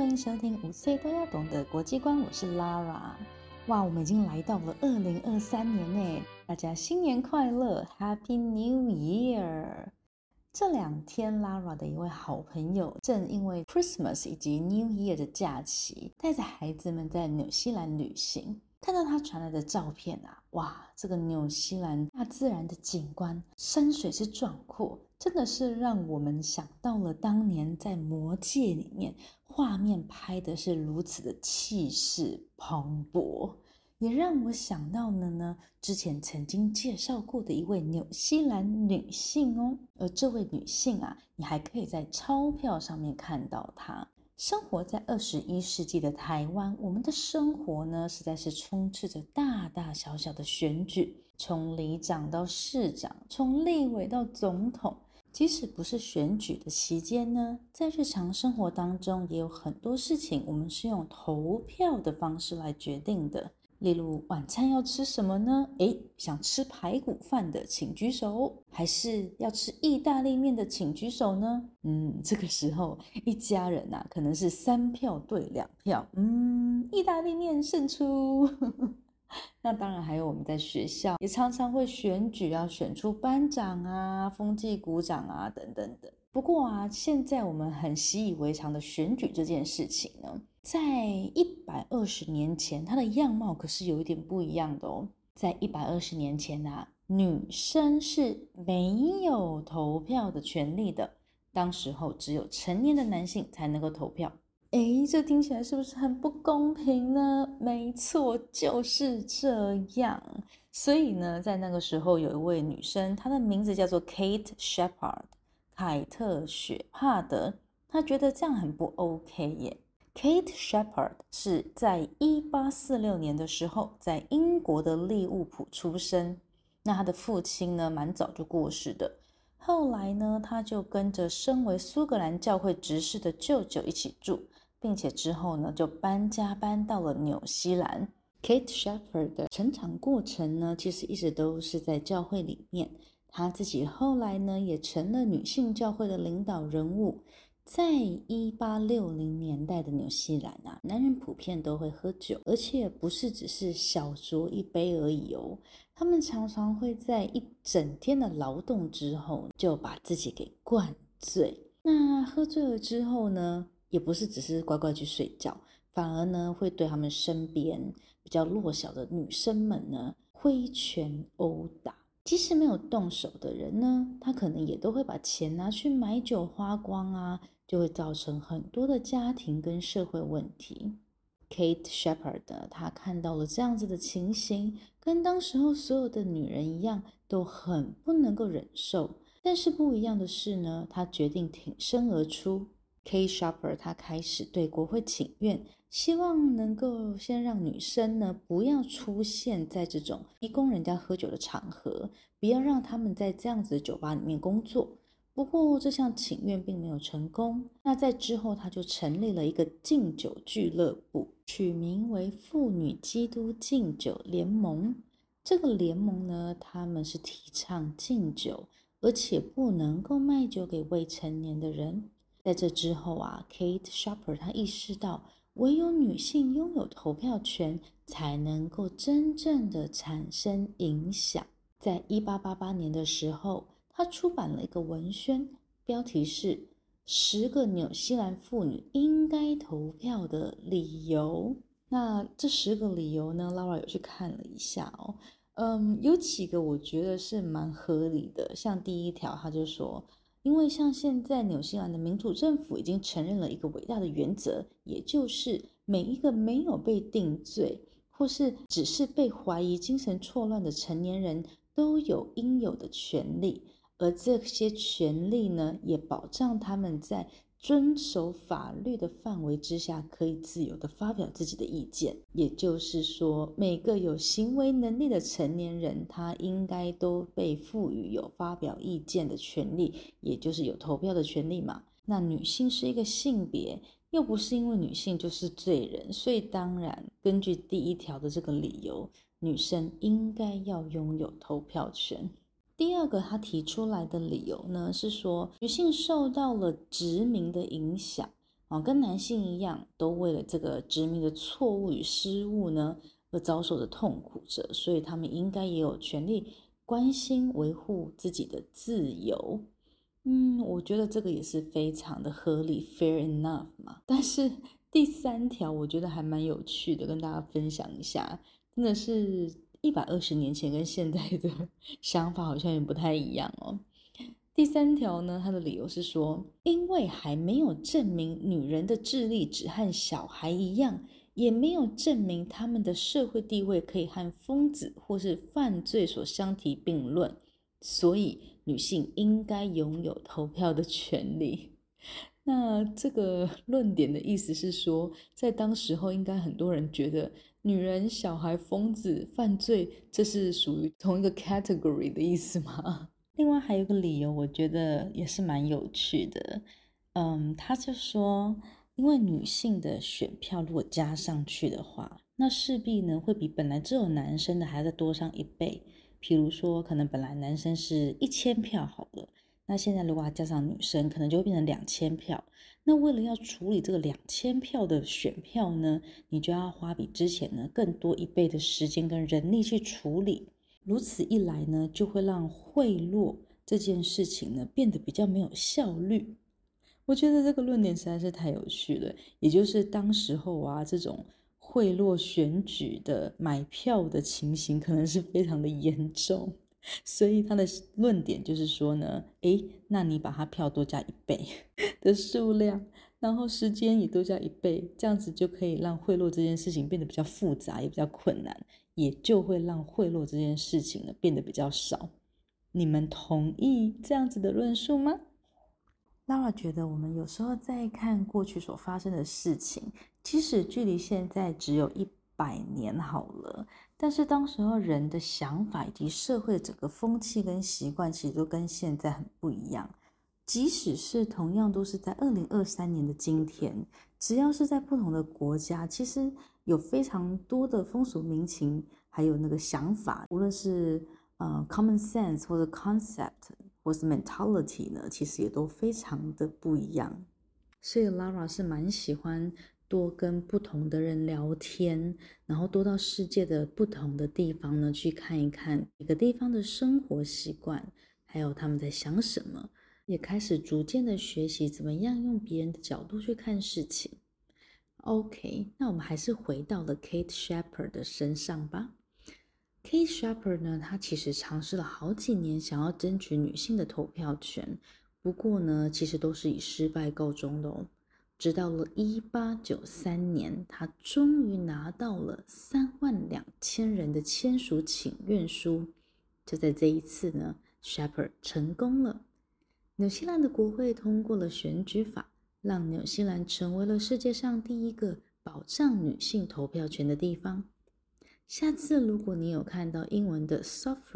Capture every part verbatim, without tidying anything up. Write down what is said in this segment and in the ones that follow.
迎收听五岁都要懂的国际观，我是 Lara。 哇，我们已经来到了二零二三年耶，大家新年快乐 Happy New Year。 这两天 Lara 的一位好朋友正因为 Christmas 以及 New Year 的假期，带着孩子们在纽西兰旅行。看到他传来的照片啊，哇，这个纽西兰大自然的景观，山水之壮阔，真的是让我们想到了当年在魔戒里面画面拍的是如此的气势磅礴，也让我想到了呢之前曾经介绍过的一位纽西兰女性哦。而这位女性啊，你还可以在钞票上面看到她。生活在二十一世纪的台湾，我们的生活呢，实在是充斥着大大小小的选举，从里长到市长，从立委到总统。即使不是选举的期间呢，在日常生活当中也有很多事情我们是用投票的方式来决定的。例如晚餐要吃什么呢？诶，想吃排骨饭的请举手，还是要吃意大利面的请举手呢？嗯，这个时候一家人啊，可能是三票对两票，嗯，意大利面胜出。那当然还有我们在学校也常常会选举，要选出班长啊、风纪股长啊等等的。不过啊，现在我们很习以为常的选举这件事情呢，在一百二十年前它的样貌可是有一点不一样的哦。在一百二十年前啊，女生是没有投票的权利的，当时候只有成年的男性才能够投票。诶，这听起来是不是很不公平呢？没错，就是这样。所以呢，在那个时候有一位女生，她的名字叫做 Kate Shepard， 凯特·雪帕德。她觉得这样很不 OK 耶。Kate Shepard 是在一八四六年的时候在英国的利物浦出生。那她的父亲呢，蛮早就过世的。后来呢，她就跟着身为苏格兰教会执事的舅舅一起住，并且之后呢，就搬家搬到了纽西兰。Kate Shepard 的成长过程呢，其实一直都是在教会里面。她自己后来呢，也成了女性教会的领导人物。在一八六零年代的纽西兰啊，男人普遍都会喝酒，而且不是只是小酌一杯而已哦。他们常常会在一整天的劳动之后，就把自己给灌醉。那喝醉了之后呢，也不是只是乖乖去睡觉，反而呢，会对他们身边比较弱小的女生们呢，挥拳殴打。即使没有动手的人呢，他可能也都会把钱拿去买酒花光啊，就会造成很多的家庭跟社会问题。Kate Shepard 呢，她看到了这样子的情形，跟当时候所有的女人一样，都很不能够忍受。但是不一样的是呢，她决定挺身而出。Kate Shepard 她开始对国会请愿，希望能够先让女生呢不要出现在这种逼供人家喝酒的场合，不要让他们在这样子的酒吧里面工作。不过这项请愿并没有成功。那在之后他就成立了一个禁酒俱乐部，取名为妇女基督禁酒联盟。这个联盟呢，他们是提倡禁酒，而且不能够卖酒给未成年的人。在这之后啊， Kate Shepard 她意识到唯有女性拥有投票权才能够真正的产生影响。在一八八八年的时候，他出版了一个文宣，标题是十个纽西兰妇女应该投票的理由。那这十个理由呢， Laura 有去看了一下哦。嗯，有几个我觉得是蛮合理的。像第一条，他就说，因为像现在纽西兰的民主政府已经承认了一个伟大的原则，也就是每一个没有被定罪或是只是被怀疑精神错乱的成年人都有应有的权利，而这些权利呢，也保障他们在遵守法律的范围之下，可以自由的发表自己的意见。也就是说，每个有行为能力的成年人，他应该都被赋予有发表意见的权利，也就是有投票的权利嘛。那女性是一个性别，又不是因为女性就是罪人，所以当然根据第一条的这个理由，女生应该要拥有投票权。第二个他提出来的理由呢，是说女性受到了殖民的影响， 哦，跟男性一样，都为了这个殖民的错误与失误呢，而遭受着痛苦着，所以他们应该也有权利关心维护自己的自由。嗯，我觉得这个也是非常的合理 ，fair enough 嘛。但是第三条我觉得还蛮有趣的，跟大家分享一下，真的是一百二十年前跟现在的想法好像也不太一样哦。第三条呢，它的理由是说，因为还没有证明女人的智力只和小孩一样，也没有证明他们的社会地位可以和疯子或是犯罪所相提并论，所以女性应该拥有投票的权利。那这个论点的意思是说，在当时候应该很多人觉得女人、小孩、疯子、犯罪，这是属于同一个 category 的意思吗？另外还有一个理由，我觉得也是蛮有趣的。嗯，他就说，因为女性的选票如果加上去的话，那势必呢会比本来只有男生的还要再多上一倍。比如说，可能本来男生是一千票好了，那现在如果要加上女生，可能就会变成两千票。那为了要处理这个两千票的选票呢，你就要花比之前呢更多一倍的时间跟人力去处理。如此一来呢，就会让贿赂这件事情呢变得比较没有效率。我觉得这个论点实在是太有趣了，也就是当时候啊，这种贿赂选举的买票的情形可能是非常的严重，所以他的论点就是说呢，诶，那你把他票多加一倍的数量，然后时间也多加一倍，这样子就可以让贿赂这件事情变得比较复杂，也比较困难，也就会让贿赂这件事情呢变得比较少。你们同意这样子的论述吗？Lara 觉得我们有时候在看过去所发生的事情，即使距离现在只有一百年好了，但是当时候人的想法以及社会的整个风气跟习惯，其实都跟现在很不一样。即使是同样都是在二零二三年的今天，只要是在不同的国家，其实有非常多的风俗民情，还有那个想法，无论是呃 common sense 或者 concept 或是 mentality 呢，其实也都非常的不一样。所以 Lara 是蛮喜欢多跟不同的人聊天，然后多到世界的不同的地方呢去看一看每个地方的生活习惯，还有他们在想什么，也开始逐渐的学习怎么样用别人的角度去看事情。OK， 那我们还是回到了 Kate Shepard 的身上吧。Kate Shepard 呢，她其实尝试了好几年，想要争取女性的投票权，不过呢，其实都是以失败告终的哦。直到了一八九三年，她终于拿到了三万两千人的签署请愿书。就在这一次呢 ，Shepard 成功了。纽西兰的国会通过了选举法，让纽西兰成为了世界上第一个保障女性投票权的地方。下次如果你有看到英文的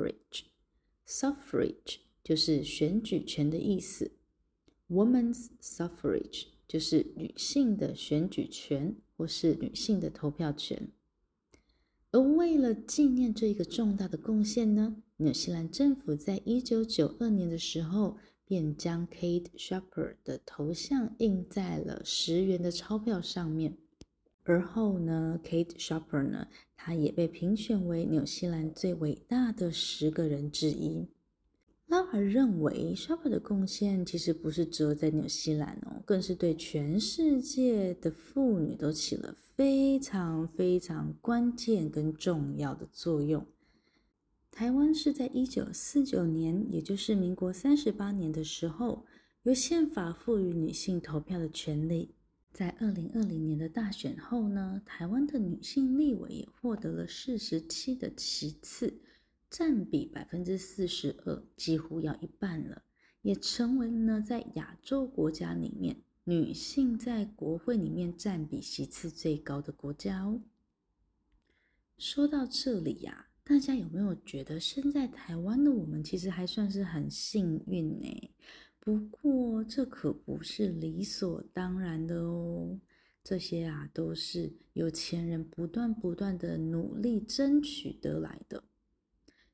suffrage，suffrage 就是选举权的意思， woman's suffrage 就是女性的选举权或是女性的投票权。而为了纪念这一个重大的贡献呢，纽西兰政府在一九九二年的时候便将 Kate Shepard 的头像印在了十元的钞票上面。而后呢 Kate Shepard 呢，她也被评选为纽西兰最伟大的十个人之一。拉尔认为 Shepard 的贡献其实不是只有在纽西兰哦，更是对全世界的妇女都起了非常非常关键跟重要的作用。台湾是在一九四九年，也就是民国三十八年的时候，由宪法赋予女性投票的权利。在二零二零年的大选后呢，台湾的女性立委也获得了四十七的席次，占比百分之四十二，几乎要一半了，也成为呢在亚洲国家里面女性在国会里面占比席次最高的国家哦。说到这里呀、啊，大家有没有觉得身在台湾的我们其实还算是很幸运呢？不过这可不是理所当然的哦，这些啊都是有钱人不断不断的努力争取得来的。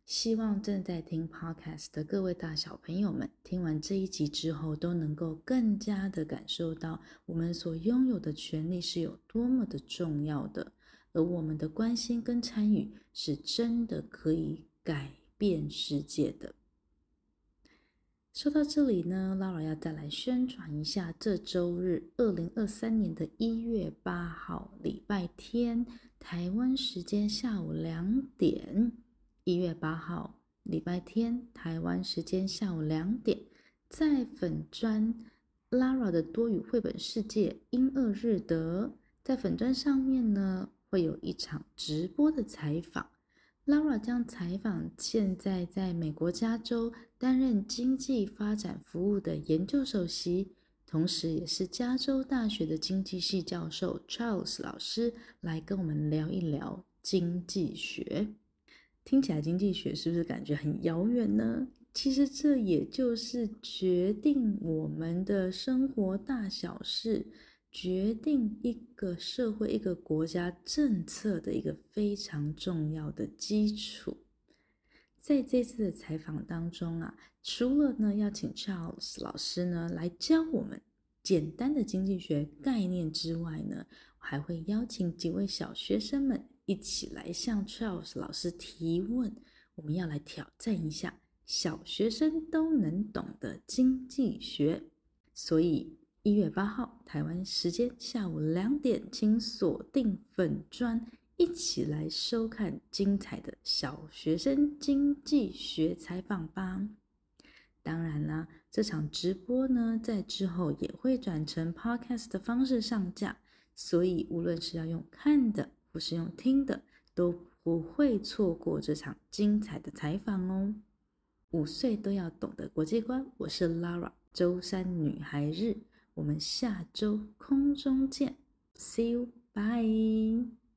希望正在听 podcast 的各位大小朋友们，听完这一集之后，都能够更加的感受到我们所拥有的权利是有多么的重要的，而我们的关心跟参与是真的可以改变世界的。说到这里呢， Lara 要再来宣传一下，这周日二零二三年的一月八号礼拜天，台湾时间下午两点，一月八号礼拜天，台湾时间下午两点，在粉专 Lara 的多语绘本世界英二日德，在粉专上面呢，会有一场直播的采访。Lara 将采访现在在美国加州担任经济发展服务的研究首席，同时也是加州大学的经济系教授 Charles 老师，来跟我们聊一聊经济学。听起来经济学是不是感觉很遥远呢？其实这也就是决定我们的生活大小事，决定一个社会、一个国家政策的一个非常重要的基础。在这次的采访当中啊，除了呢要请 Charles 老师呢来教我们简单的经济学概念之外呢，我还会邀请几位小学生们一起来向 Charles 老师提问，我们要来挑战一下小学生都能懂的经济学。所以一月八号台湾时间下午两点，请锁定粉专，一起来收看精彩的小学生经济学采访吧。当然啦，这场直播呢，在之后也会转成 podcast 的方式上架，所以无论是要用看的或是用听的，都不会错过这场精彩的采访哦。五岁都要懂得国际观，我是 Lara， 周三女孩日，我们下周空中见 ，See you， bye。